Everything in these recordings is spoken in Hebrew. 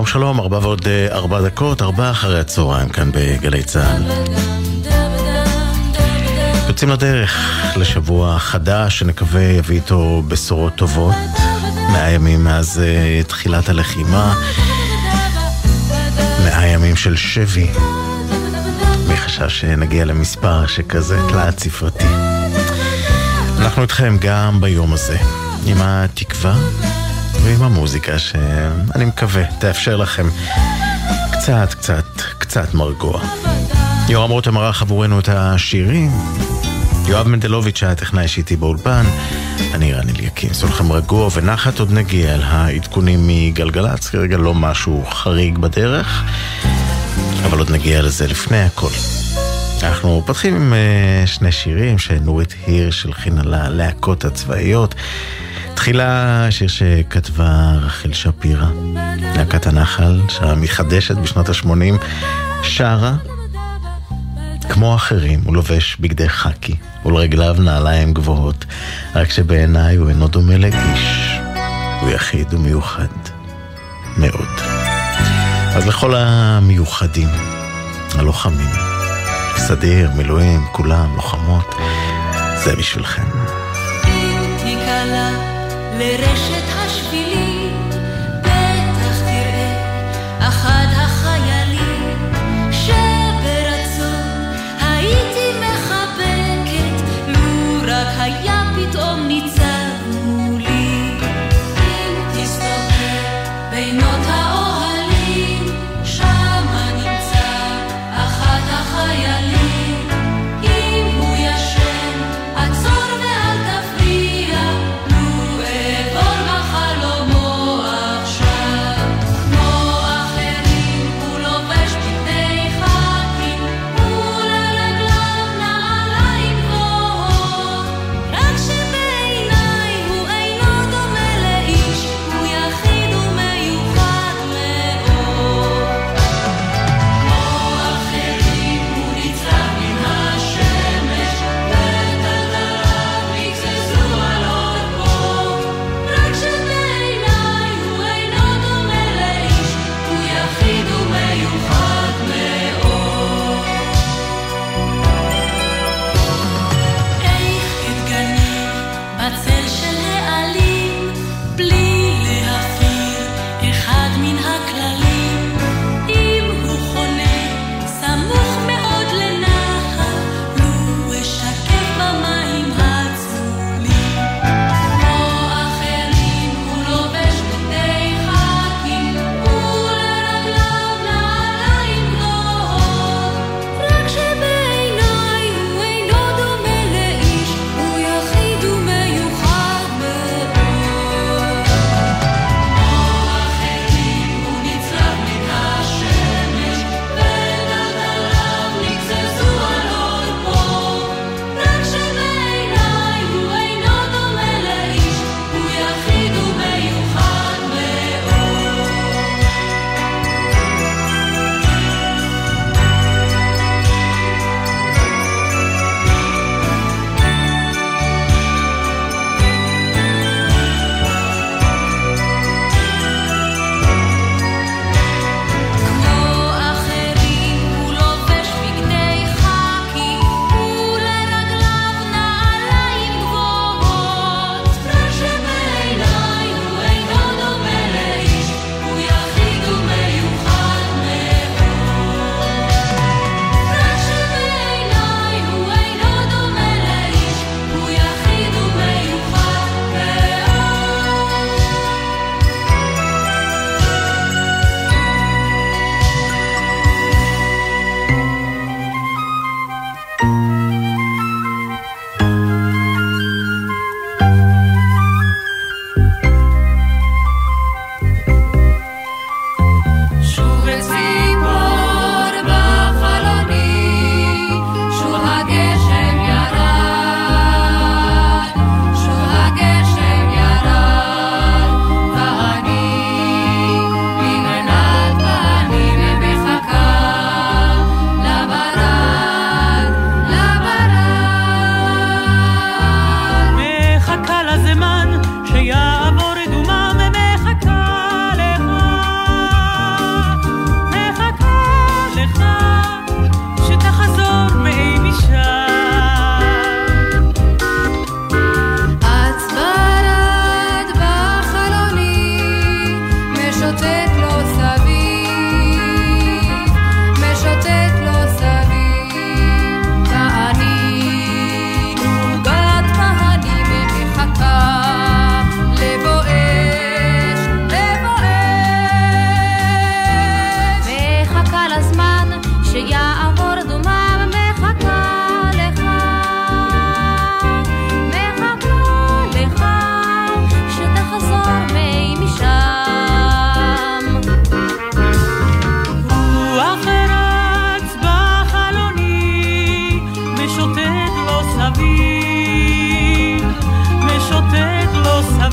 שלום שלום, 4:04, 4 אחרי הצהריים כאן בגלי צהל. יוצאים לדרך לשבוע חדש שנקווה יביא איתו בשורות טובות. 100 ימים מאז תחילת הלחימה, 100 ימים של שבי. מי חשב שנגיע למספר שכזה תלת ספרתי. אנחנו איתכם גם ביום הזה עם התקווה ועם המוזיקה שאני מקווה תאפשר לכם קצת מרגוע. יורם רותם ערך עבורנו את השירים, יואב מנדלוביץ' הטכנאי שאיתי באולפן, אני רן אליקים. עשו לכם רגוע ונחת, עוד נגיע אל העדכונים מגלגלץ, כרגע לא משהו חריג בדרך, אבל עוד נגיע לזה לפני הכל. אנחנו פותחים עם שני שירים שנורית הירש הלחינה ללהקות הצבאיות. תחילה שיר שכתבה רחל שפירא, להקת הנחל שהמחדשת בשנות ה-80, שרה כמו אחרים, הוא לובש בגדי חקי ולרגליו נעליים גבוהות, רק שבעיניי הוא אינו דומה לגיש, הוא יחיד ומיוחד מאוד. אז לכל המיוחדים, הלוחמים, סדיר, מילואים, כולם, לוחמות, זה בשבילכם. תיקלה לרשת השבילים, בטח תראה אחד החיילים שברצון הייתי מחבקת, לו רק היה פתאום ניצב מולי. אם תסתובב בינות האוהלים, שמה נמצא אחד החיילים. אם הוא ישן עצור ואל תפריע, לו אעבור בחלומות.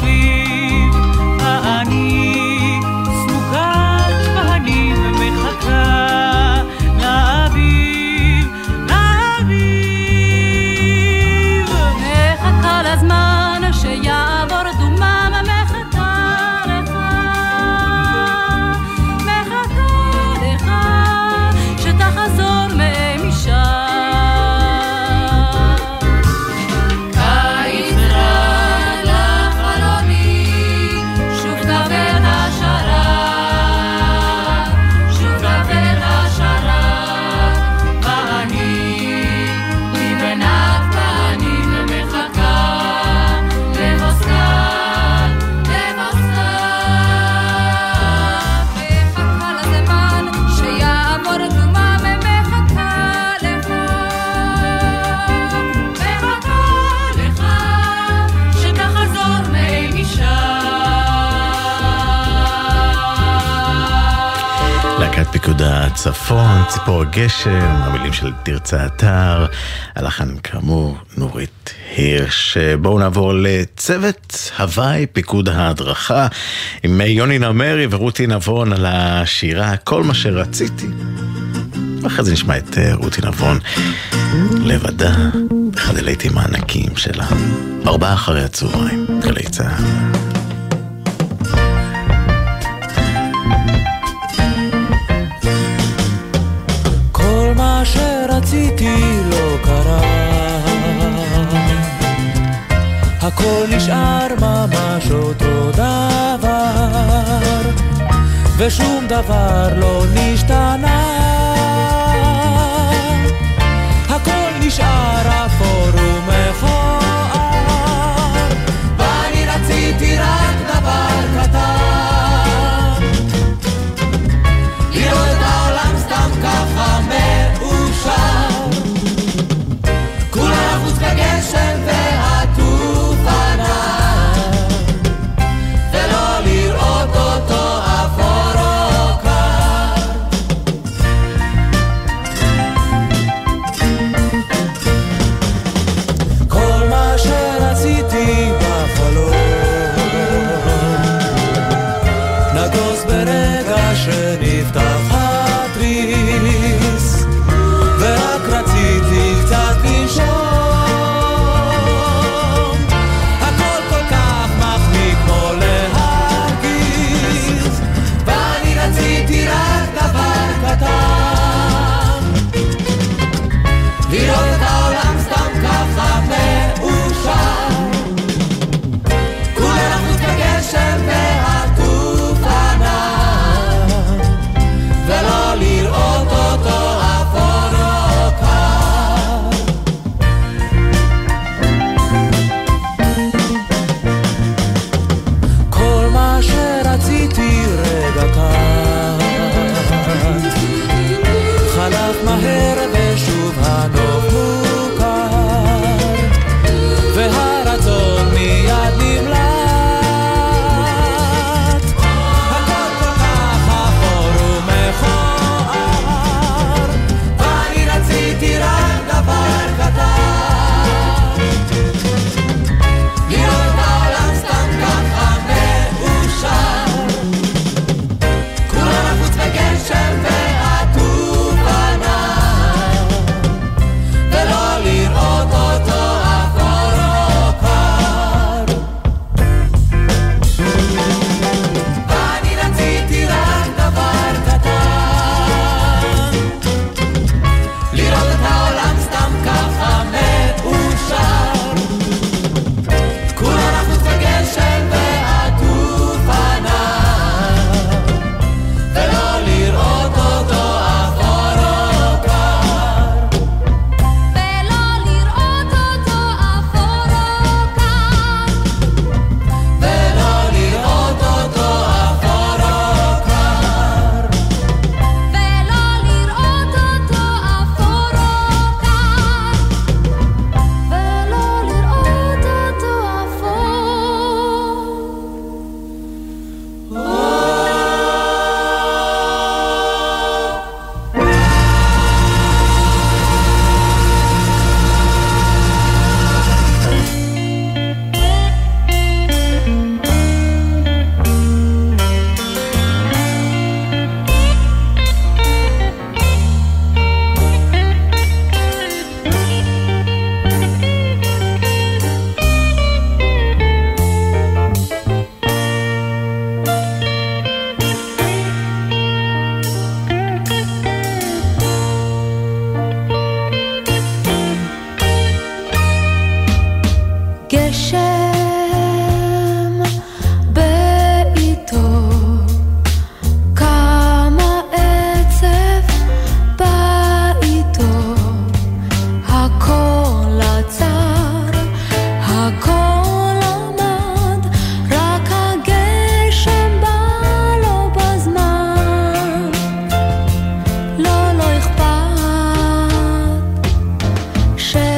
האביב, ואני סמוקה ואני מחכה לאביב, לאביב. מחכה לזמן שיעבור דומם, מחכה לך, מחכה לך, שתחזור מאמישה. קיץ רד לחלומי, שוב כבד השרב, שוב כבד השרב, ואני מבנת פנים מחכה לבוסקן, לבוסקן. מחכה לזמן שיעבור דומם, מחכה לך, מחכה לך, שתחזור מאמישה. להקת פיקוד הצפון, ציפור הגשם, המילים של תרצה אתר, הלחן כאמור נורית הירש. בואו נעבור לצוות הוואי, פיקוד ההדרכה, עם יוני נמרי ורותי נבון על השירה כל מה שרציתי. ואחרי זה נשמע את רותי נבון לבדה, אחד הלהיטים הענקים שלה, 4 אחרי הצהריים, גלי צהל. כל מה שרציתי לא קרה, הכל נשאר ממש אותו דבר, ושום דבר לא נשתנה, הכל נשאר אפור ומכוער, ואני רציתי רק דבר קטן, לראות את העולם סתם ככה מאושר, כולה חוץ כגשם והתופנה, ולא לראות אותו אפור או קר.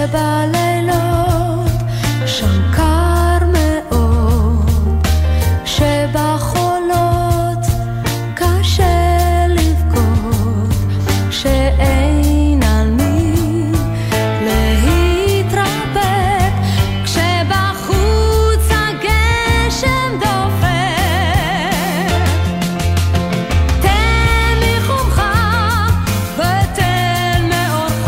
שבלילות שם קר מאוד, שבחולות קשה לבכות, שאין על מי להתרפק, כשבחוץ הגשם דופק. תן מחומך ותן מאורך,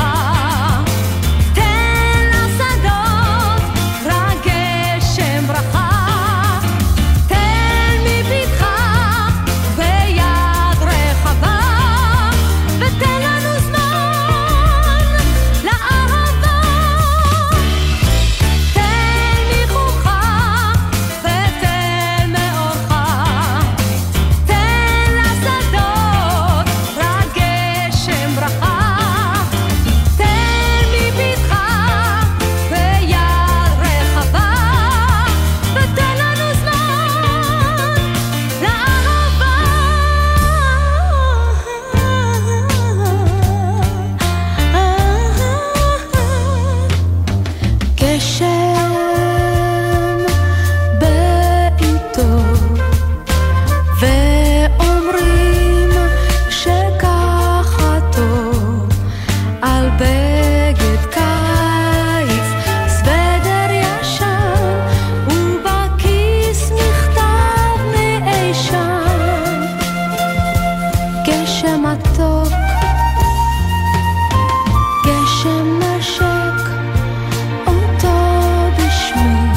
תן לשדות רק גשם ברכה, תן מביתך ביד רחבה, ותן לנו זמן לאהבה. תן מחומך ותן מאורך, תן לשדות רק גשם ברכה, תן מביתך ביד רחבה, ותן לנו זמן לאהבה. גשם בעיתו ואומרים שככה טוב על בגד קיץ, סוודר ישן ובכיס מכתב מאי שם. גשם מתוק, גשם נשק אותו בשמי,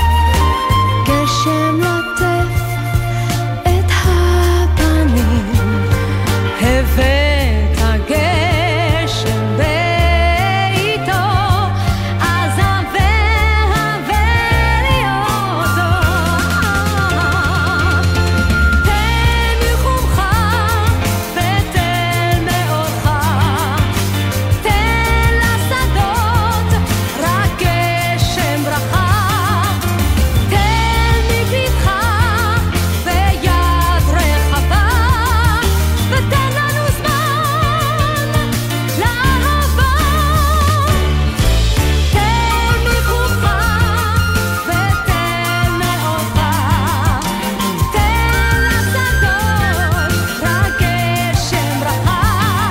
גשם לטף את הפנים, הבאת הגשם בעיתו, אז הבא לי אותו. תן מחומך ותן מאורך, תן לשדות רק גשם ברכה, תן מביתך ביד רחבה, ותן לנו זמן לאהבה. תן מחומך ותן מאורך, תן לשדות רק גשם ברכה,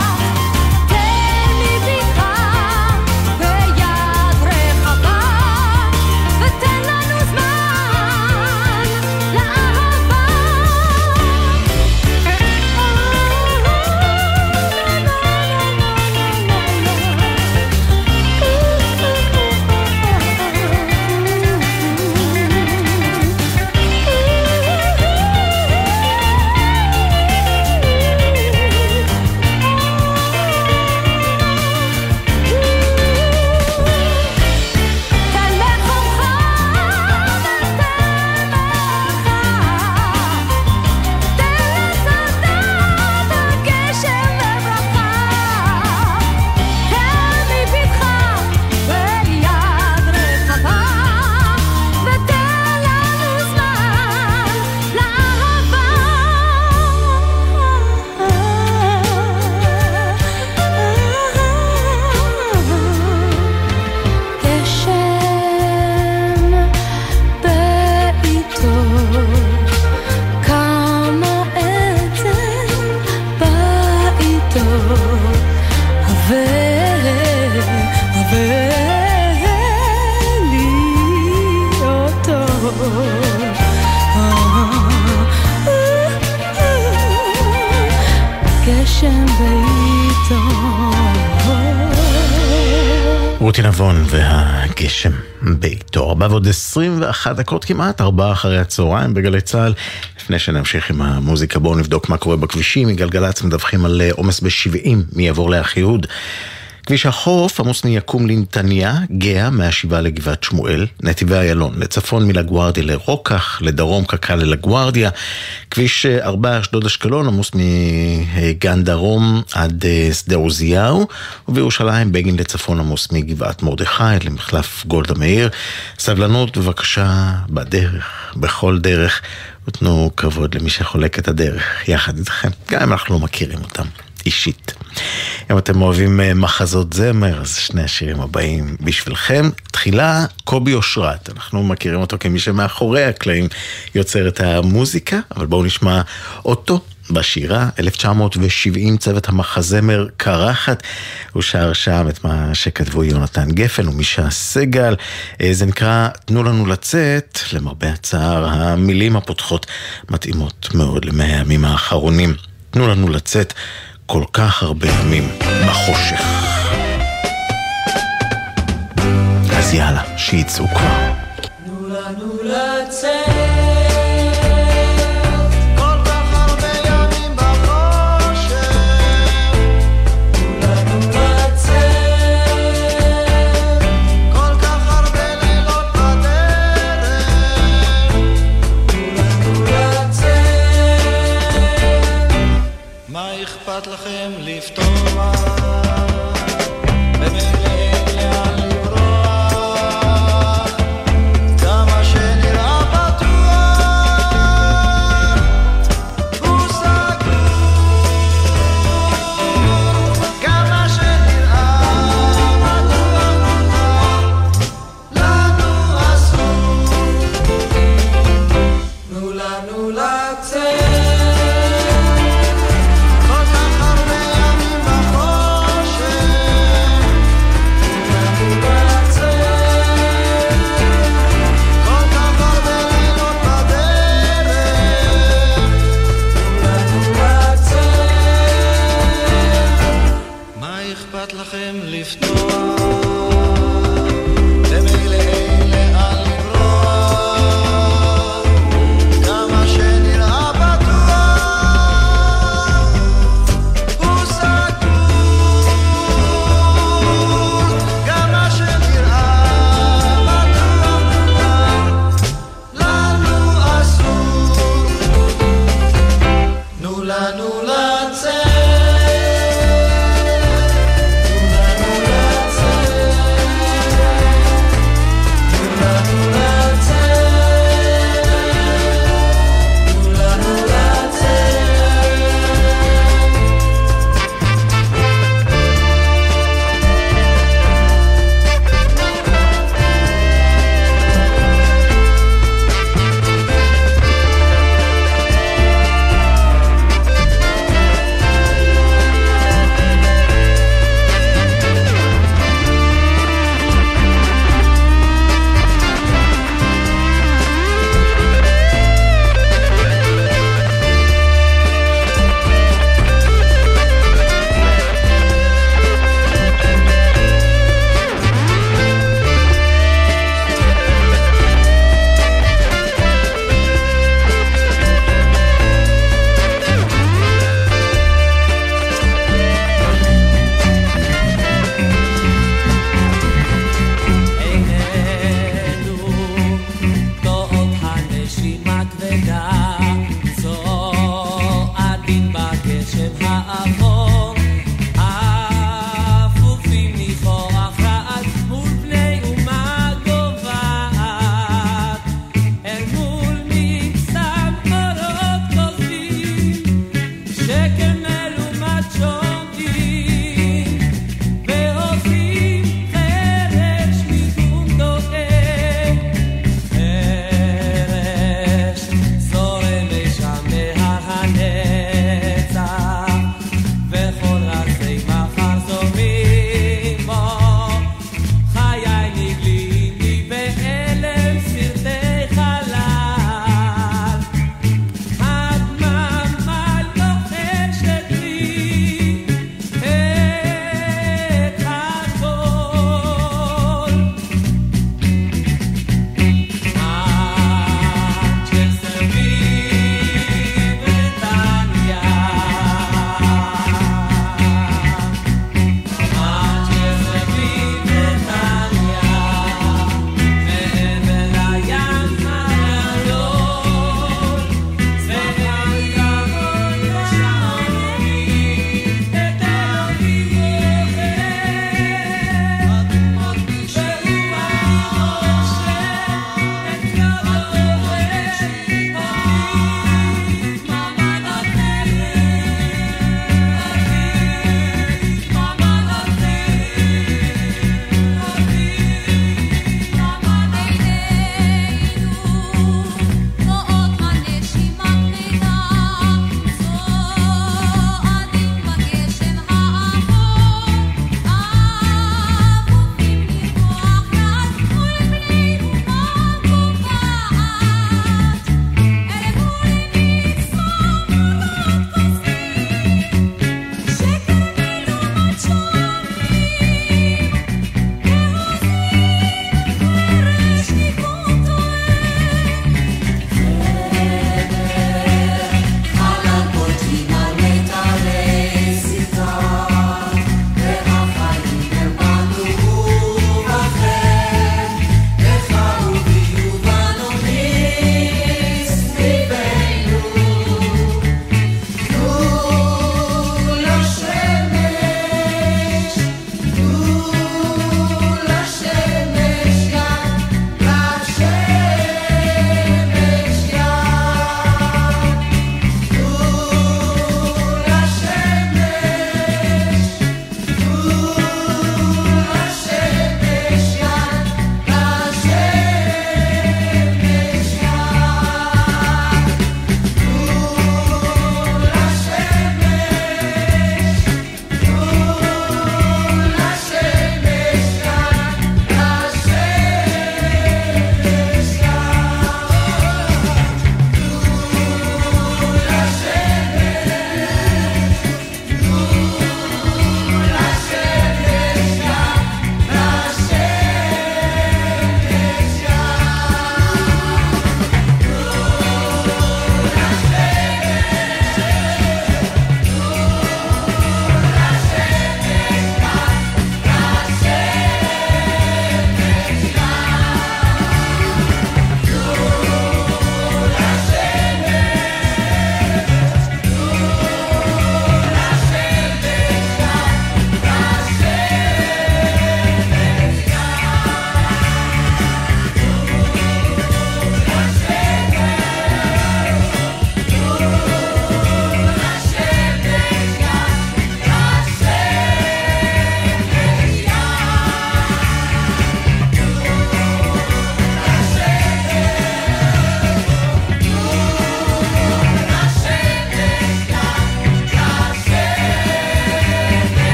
תן מביתך ביד רחבה, ותן לנו זמן לאהבה. תן מחומך ותן מאורך, תן לשדות הגשם וברכה, תן מביתך ביד רחבה, ותן לנו זמן לאהבה. גשם בעיתו, כמה עצם בעיתו, לי אותו. גשם בעיתו. רותי נבון והגשם בעיתו. 4:21 כמעט, 4 אחרי הצהריים בגלי צהל. לפני שנמשיך עם המוזיקה, בואו נבדוק מה קורה בכבישים. מגלגלצ מדווחים על עומס ב-70 מי יעבור לאחיהוד. כביש החוף עמוס מיקום לנתניה, גאה מהשיבה לגבעת שמואל, נתיבי איילון לצפון מלגוארדיה לרוקח, לדרום קק"ל ללגוארדיה, כביש 4 אשדוד אשקלון עמוס מגן דרום עד שדה עוזיהו, ובירושלים בגין לצפון עמוס מגבעת מרדכי למחלף גולדה מאיר. סבלנות בבקשה בדרך, בכל דרך, ותנו כבוד למי שחולק את הדרך יחד איתכם, גם אם אנחנו לא מכירים אותם. אישית. אם אתם אוהבים מחזות זמר, אז שני השירים הבאים בשבילכם. תחילה קובי אושרת, אנחנו מכירים אותו כמי שמאחורי הקלעים יוצר את המוזיקה, אבל בואו נשמע אותו בשירה. 1970 צוות המחזמר קרחת, הוא שר שם את מה שכתבו יונתן גפן ומישה סגל. זה נקרא תנו לנו לצאת. למרבה הצער המילים הפותחות מתאימות מאוד ל100 הימים האחרונים. תנו לנו לצאת כל כך הרבה ימים בחושך. אז יאללה, שיצאו כבר. תנו לנו לצאת לכם לפתוח במלא לאן לברוח כמה שנראה פתוח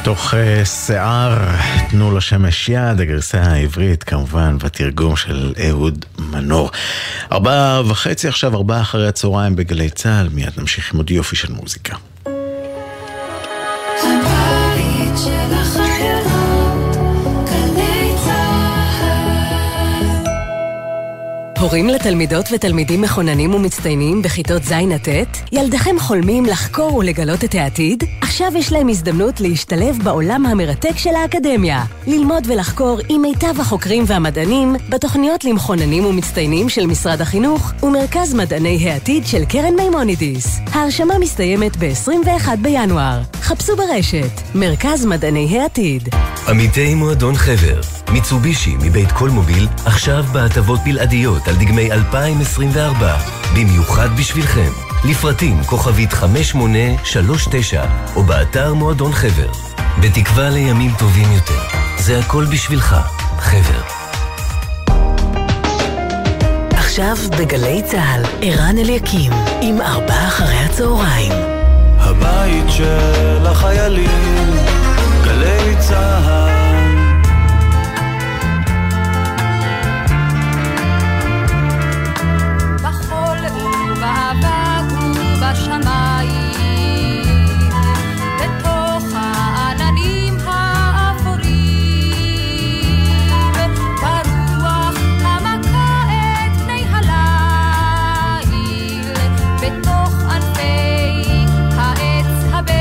מתוך שיער, תנו לשמש יד, הגרסה העברית כמובן, והתרגום של אהוד מנור. 4:30 עכשיו, 4 אחרי הצהריים בגלי צהל, מיד נמשיך עם עוד יופי של מוזיקה. הבית של החיילות, גלי צהל. הורים לתלמידות ותלמידים מכוננים ומצטיינים בכיתות ז'-ט', ילדיכם חולמים לחקור ולגלות את העתיד? עכשיו יש להם הזדמנות להשתלב בעולם המרתק של האקדמיה. ללמוד ולחקור עם מיטב החוקרים והמדענים בתוכניות למכוננים ומצטיינים של משרד החינוך ומרכז מדעני העתיד של קרן מימונידיס. ההרשמה מסתיימת ב-21 בינואר. חפשו ברשת, מרכז מדעני העתיד. עמיתי מועדון חבר, מיצובישי מבית כל מוביל, עכשיו בהטבות בלעדיות על דגמי 2024, במיוחד בשבילכם. לפרטים כוכבית 5839 או באתר מועדון חבר. בתקווה לימים טובים יותר. זה הכל בשבילך, חבר. עכשיו בגלי צהל, ערן אליקים עם 4 אחרי הצהריים. הבית של החיילים, גלי צהל. בשמיים, בתוך העננים האפורים, ברוח המכה את פני הליל, בתוך ענפי העץ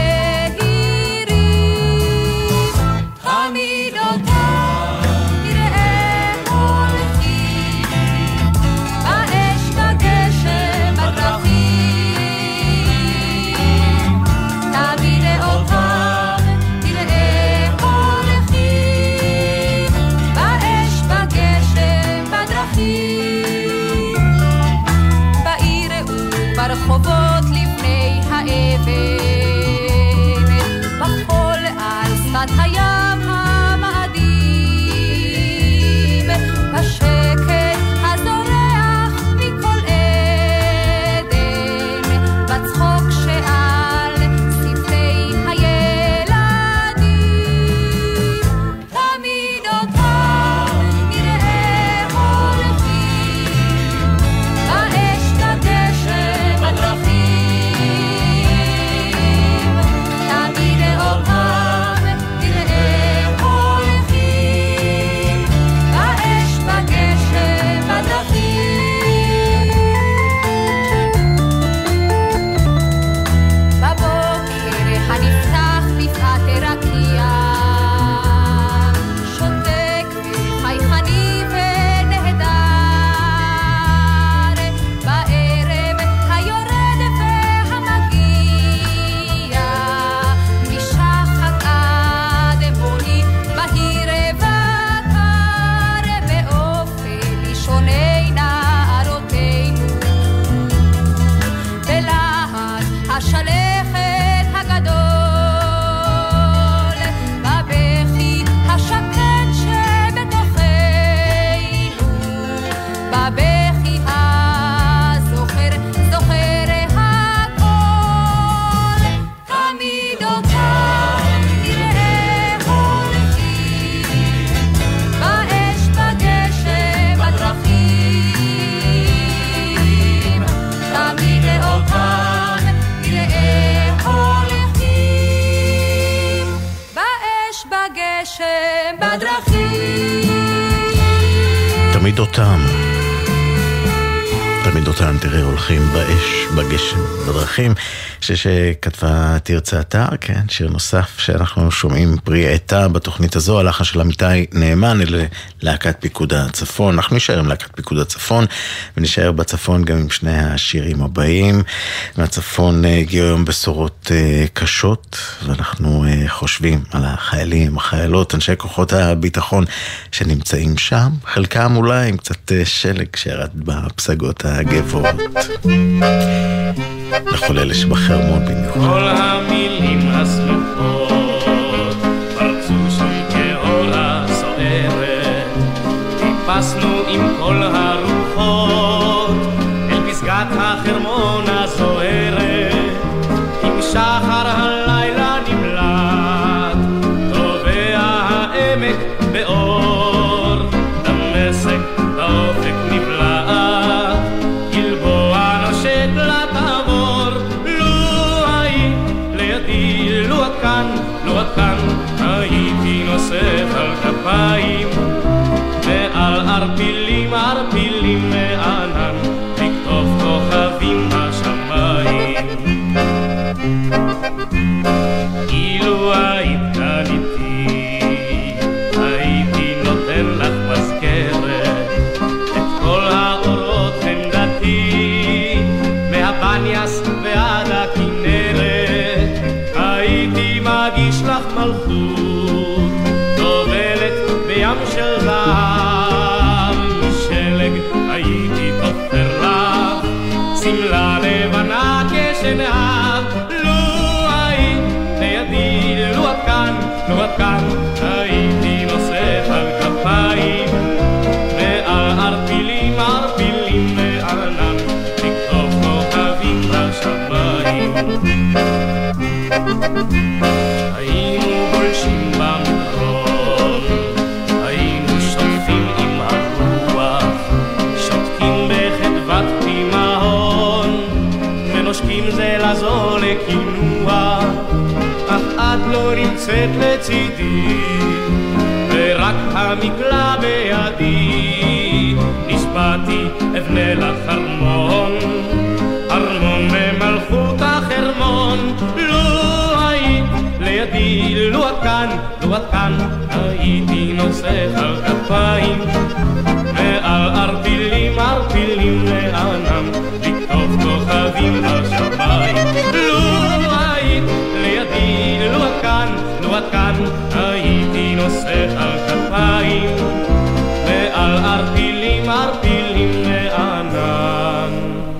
הבהירים, תמיד אותם נראה הולכים, באש בגשם בדרכים, ברחובות לפני האבן, בחול על שפת הים המאדים, בשקט הזורח מכל עדן, בצחוק שעל שפתי הילדים, תמיד אותם נראה הולכים, באש בגשם תמיד אותם תראה הולכים באש, בגשם, בדרכים, שכתבה תרצה אתר, כן, שיר נוסף שאנחנו שומעים פרי עטה בתוכנית הזו, הלחן של עמיתי נאמן אל להקת פיקוד הצפון. אנחנו נשאר עם להקת פיקוד הצפון, ונשאר בצפון גם עם שני השירים הבאים. מהצפון הגיעו היום בשורות קשות, ואנחנו חושבים על החיילים, החיילות, אנשי כוחות הביטחון שנמצאים שם, חלקם אולי עם קצת שלג שירד בפסגות הגבוהות. לכל אלה שבחרמון במיוחד. כל המילים הסלפות פרצו שלי כאורה סוערת, טיפסנו עם כל הרוחות אל פסגת החרמון הזוהרת, עם שחר הלילה נמלט ערפילים ערפילים מענן לכתוב כוכבים בשמיים אילו היית כאן איתי הייתי נותן לך מזכרת את כל האורות חמדתי מהבניאס ועד הכנרת הייתי מגיש לך מלכות טובלת בים של זהב משלג הייתי תופר לך סמלה לבנה כשנהב לו היית לידי לו את כאן הייתי נושאת על כפיים ועל ערפילים ערפילים וענן לכתוב כוכבים בשמיים היינו גולשים במדרון היינו שוטפים עם הרוח שותקים בחדוות תימהון ונושקים זה לזו לכינוע אך את לא נמצאת לצידי ורק המקלה בידי נשבעתי אבנה לך ארמון ארמון במלכות החרמון לו היית לידי לו את כאן הייתי נושך על כפיים ועל ערפילים ערפילים לענם לכתוב כוכבים בשמיים לו היית לידי לו את כאן הייתי נושך על כפיים ועל ערפילים ערפילים לענן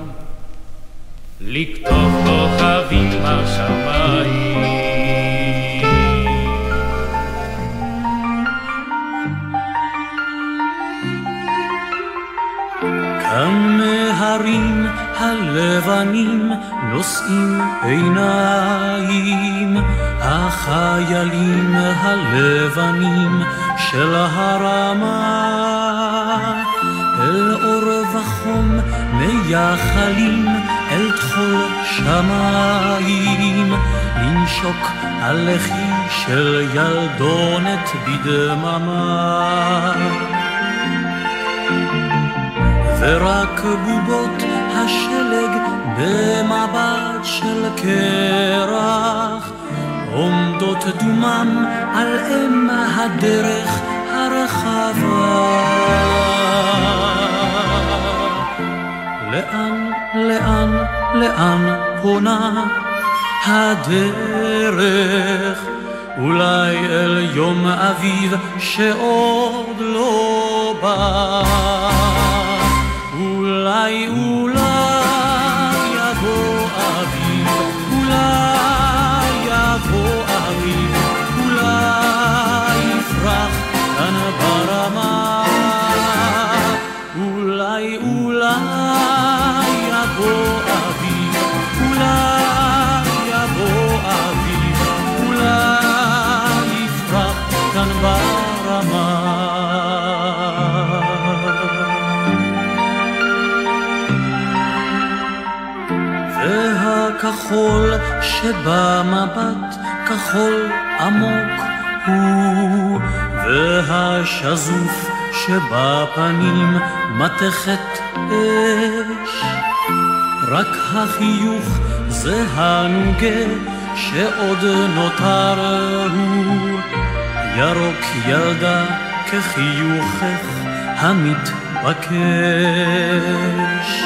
לכתוב כוכבים בשמיים כאן מהרים הלבנים נושאים עיניים החיילים הלבנים של הרמה אל אור וחום מייחלים אל תחול שמיים לנשוק על לחי של ילדונת בדממה ורק בובות השלג במבט של קרח עומדות דומם על אם הדרך הרחבה לאן פונה הדרך אולי אל יום אביב שעוד לא בא אולי יבוא אביב אולי יבוא אביב אולי יפרח כאן ברמה אולי יבוא אביב אולי יבוא אביב אולי יפרח כאן ברמה והכחול שבמבט כחול עמוק הוא והשזוף שבפנים מתכת אש רק החיוך זה הנוגה שעוד נותר הוא ירוק ילדה כחיוכך המתבקש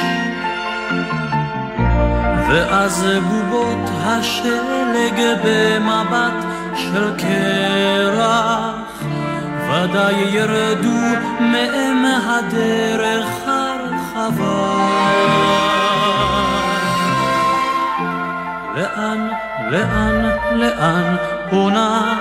ואז בובות השלג במבט של קרח ודאי ירדו מאם הדרך הרחבה לאן פונה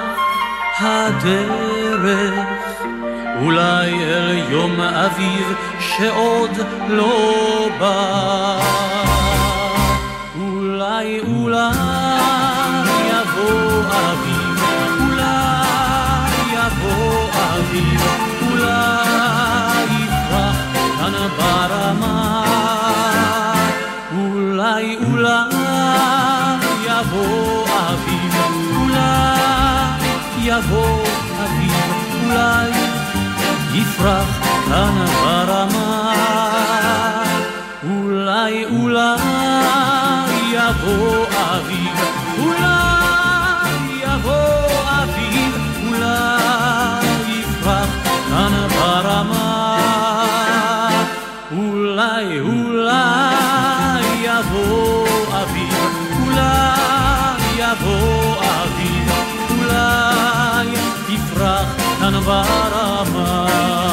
הדרך אולי אל יום אביב שעוד לא בא אולי יבוא אביב אולי יבוא אביב אולי יפרח כאן ברמה אולי יבוא אביב אולי יבוא אביב אולי יפרח כאן ברמה, אולי יבוא אביב, אולי יבוא אביב, אולי יפרח כאן ברמה, אולי יבוא אביב, אולי יבוא אביב, אולי יפרח כאן ברמה.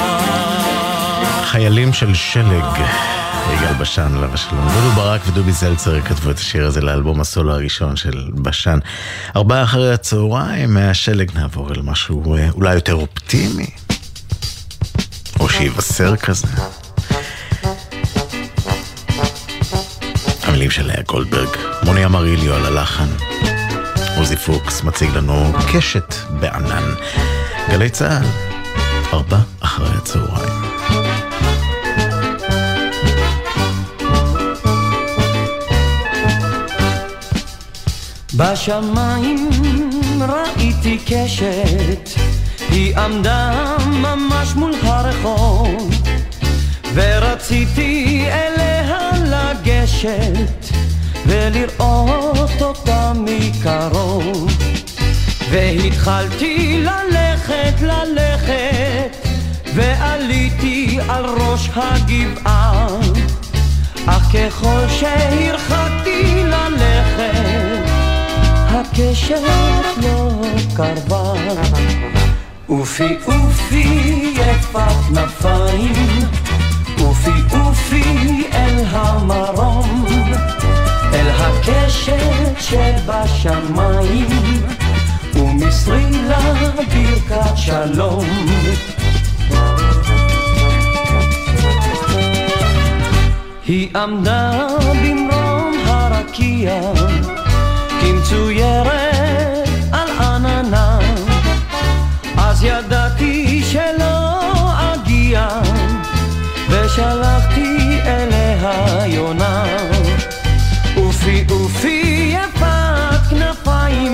חיילים של שלג, יגאל בשן, עליו השלום. דודו ברק ודובי זלצר כתבו את השיר הזה לאלבום הסולו הראשון של בשן. 4 אחרי הצהריים, מהשלג נעבור אל משהו אולי יותר אופטימי, או שיבשר כזה. המילים של לאה גולדברג, מוני אמריליו על הלחן, עוזי פוקס מציג לנו קשת בענן. גלי צהל, 4 אחרי הצהריים. בשמיים ראיתי קשת, היא עמדה ממש מול הרחוב, ורציתי אליה לגשת ולראות אותה מקרוב, והתחלתי ללכת ועליתי על ראש הגבעה, אך ככל שהרחקתי ללכת הקשת לא קרבה, אופי יפה כנפיים, אופי אל המרום, אל הקשת שבשמיים, ומסרי לה ברכת שלום. היא עמדה במרום הרקיע כמצוירת על עננה, אז ידעתי שלא אגיע, ושלחתי אליה יונה. אופי יפת כנפיים,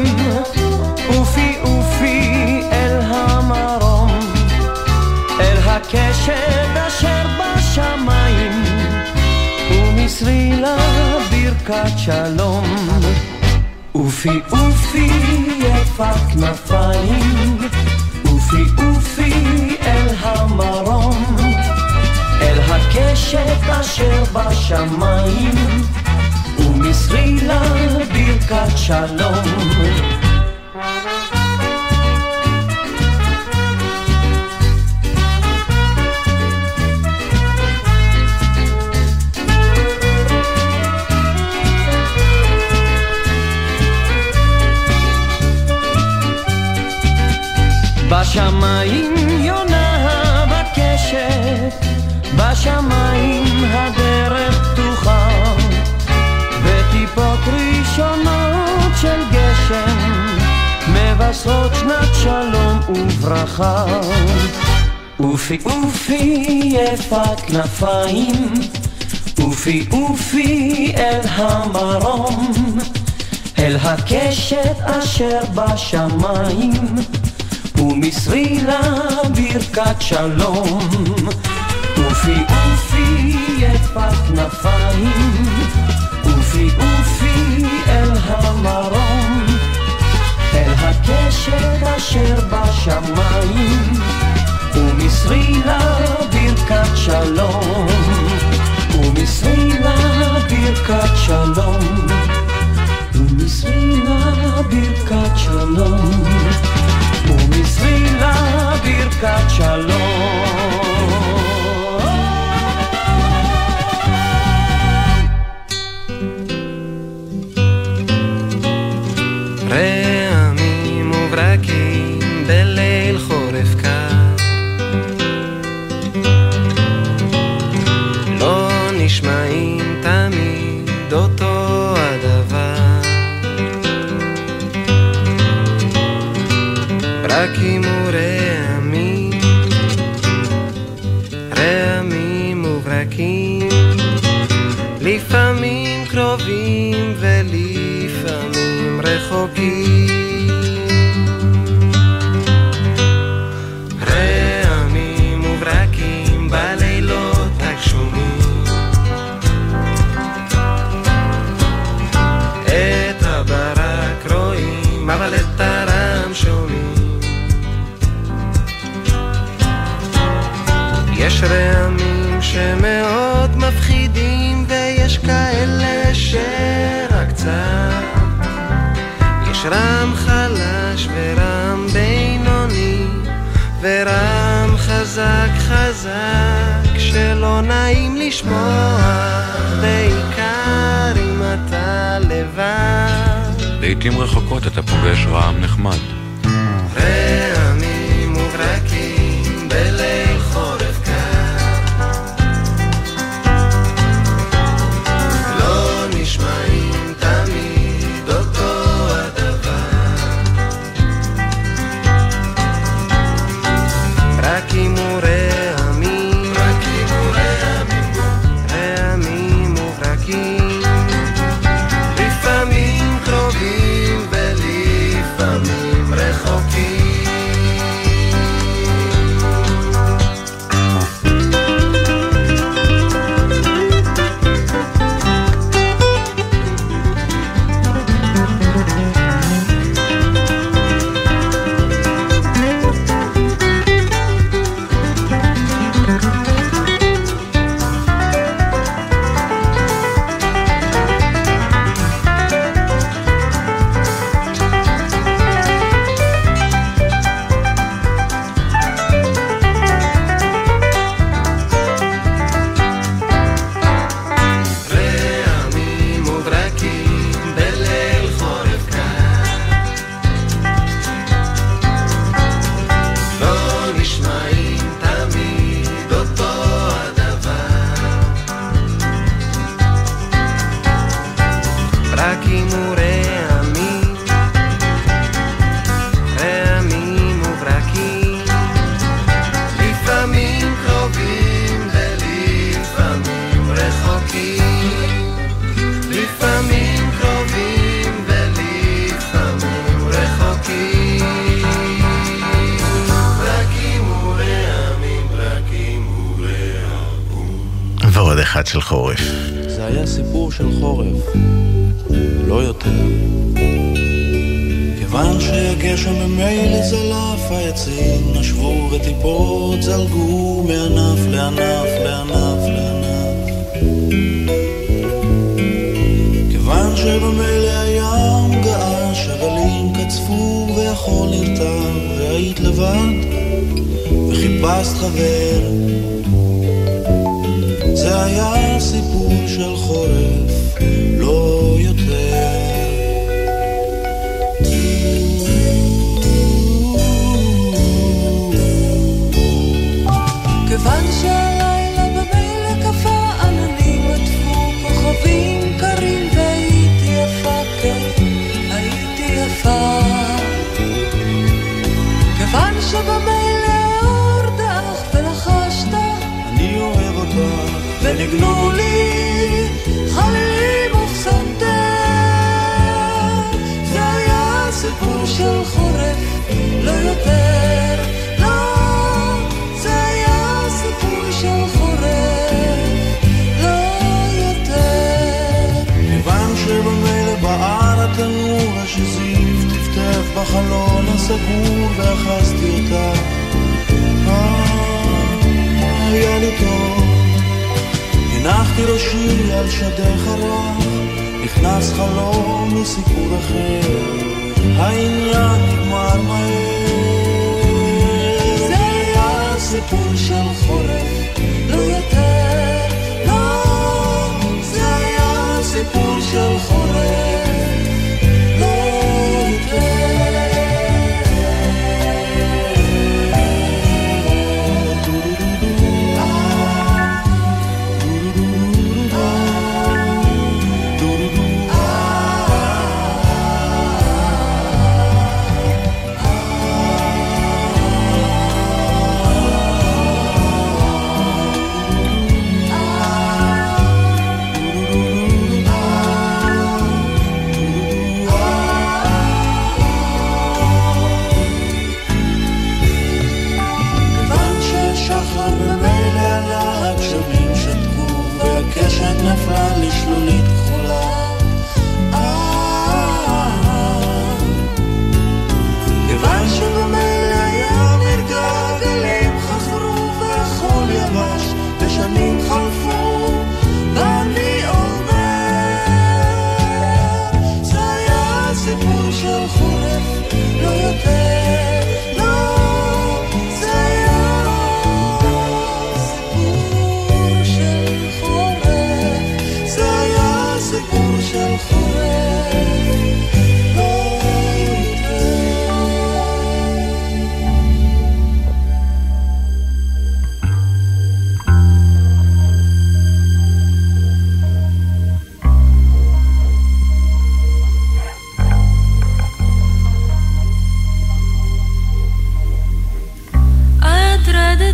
אופי אל המרום, אל הקשת אשר בשמיים, ומסרי לה ברכת שלום. אופי יפת כנפיים, אופי אל המרום, אל הקשת אשר בשמיים, ומסרי לה ברכת שלום. בשמיים יונה בקשת, בשמיים הדרך פתוחה, וטיפות ראשונות של גשם מבשרות שנת שלום וברכה. אופי יפת כנפיים, אופי אל המרום, אל הקשת אשר בשמיים, ומסרי לה ברכת שלום. אופי יפת כנפיים, אופי אל המרום, אל הקשת אשר בשמיים, ומסרי לה ברכת שלום. ומסרי לה ברכת שלום, ומסרי לה ברכת שלום, ומסרי לה ברכת שלום. רעמים וברקים בליל חורף קר, לא נשמעים תמיד אותו הדבר, ברקים ורעמים, רעמים וברקים, לפעמים קרובים ולפעמים רחוקים. רעמים וברקים יש רעמים שמאוד מפחידים ויש כאלה שרק קצת. יש רם חלש ורם בינוני ורם חזק חזק שלא נעים לשמוע, בעיקר אם אתה לבד. לעתים רחוקות אתה פוגש רעם נחמד, רעמים וברקים בליל חורף קר, לא נשמעים תמיד אותו הדבר. ברקים ורעמים, רעמים וברקים, לפעמים קרובים ולפעמים רחוקים. ועוד אחד של חורף. זה היה סיפור של חורף, לא יותר. כיוון שהגשם ממילא זלף, העצים נשבו וטיפות זלגו מענף לענף לענף לענף. כיוון שבמילא הים געש, הגלים קצפו והחול נרטב, והיית לבד וחיפשת חבר. זה היה סיפור של חורף, לא יותר. כיוון שהלילה במילא קפה עננים עטפו כוכבים קרים והייתי יפה, כן, הייתי יפה. כיוון שבמילא האור דח ולחשת אני אוהב אותך ונגנו לי חלילים ופסנתר. זה היה סיפור של חורף, לא יותר. לא, זה היה סיפור של חורף, לא יותר. כיוון שבמילא בער התנור השזיף טפטף בחלון הסגור ואחזתי אותה. היה לי טוב, הנחתי ראשי על שדך הרך, נכנס חלום מסיפור אחר, העניין נגמר מהר. זה היה סיפור של חורף, לא יותר. לא, זה היה סיפור של חורף, לא יותר.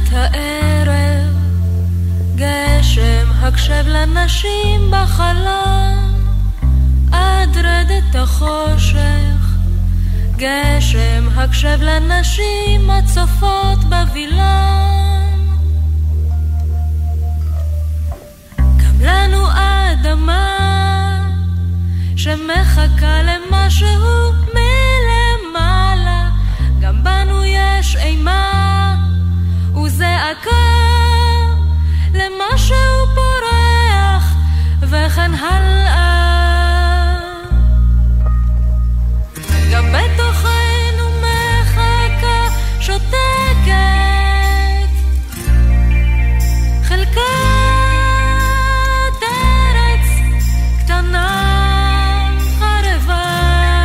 את הערב, גשם הקשב לנשים בחלום, עד רדת החושך, גשם הקשב לנשים הצופות בבילון. גם לנו אדמה שמחכה למשהו מלמעלה, גם בנו יש אימה וזעקה למשהו פורח וכן הלאה. גם בתוכנו מחכה שותקת חלקת ארץ קטנה חרבה,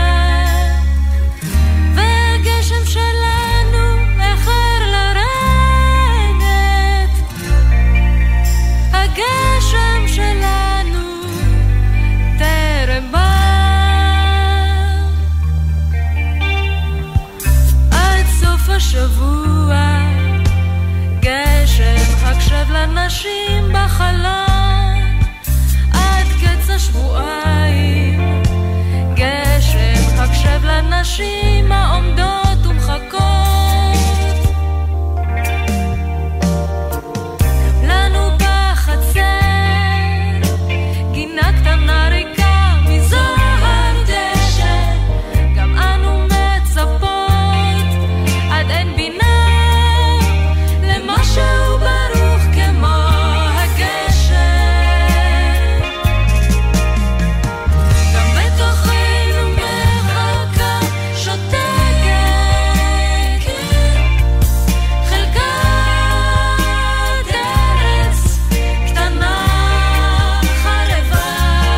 והגשם שלנו אחר לרדת, הגשם שלנו טרם בא. השבוע גשם הקשב לנשים בחלום, עד קץ השבועיים גשם הקשב לנשים העומדות ומחכות. גם לנו בחצר גינה קטנה ריקה מזוהר דשא, גם אנו מצפות עד אין בינה למשהו ברוך כמו הגשם. גם בתוכנו מחכה שותקת חלקת ארץ קטנה חרבה,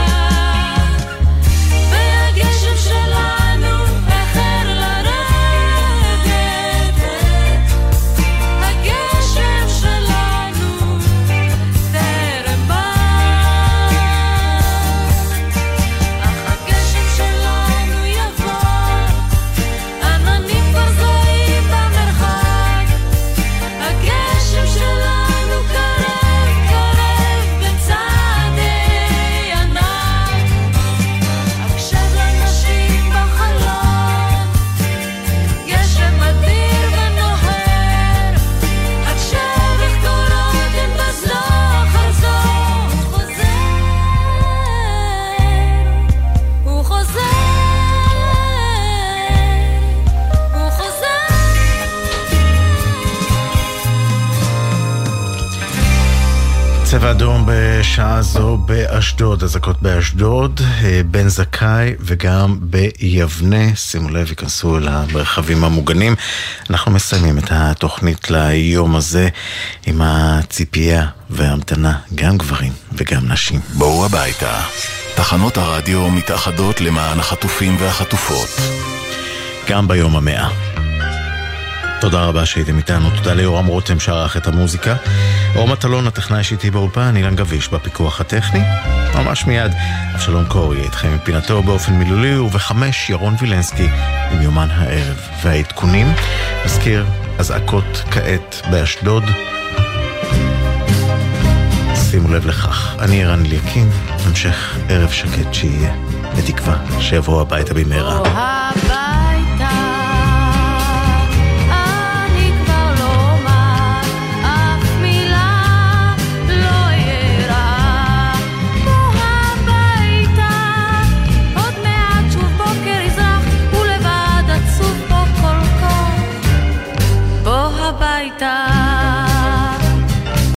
והגשם שלנו אחר לרדת, הגשם שלנו טרם בא. אך הגשם שלנו יבוא, עננים כבר זוהים במרחק, הגשם שלנו קרב קרב בצעדי ענק. הקשב לנשים בחלום, גשם אדיר ונוהר, הקשב איך קורות הן בזו אחר זו, הוא חוזר, הוא חוזר. צבע אדום בשעה זו באשדוד, אזעקות באשדוד, בן זכאי וגם ביבנה. שימו לב, ייכנסו אל המרחבים המוגנים. אנחנו מסיימים את התוכנית ליום הזה עם הציפייה וההמתנה, גם גברים וגם נשים. בואו הביתה. תחנות הרדיו מתאחדות למען החטופים והחטופות. גם ביום ה100. תודה רבה שהייתם איתנו, תודה ליורם רותם שערך את המוזיקה, אור מטלון הטכנאי שאיתי באולפן, אילן גביש בפיקוח הטכני. ממש מיד אבשלום קור יהיה איתכם מפינתו באופן מילולי, וב5 ירון וילנסקי עם יומן הערב והעדכונים. מזכיר, אזעקות כעת באשדוד, שימו לב לכך. אני ערן אליקים, המשך ערב שקט שיהיה, בתקווה שיבואו הביתה במהרה.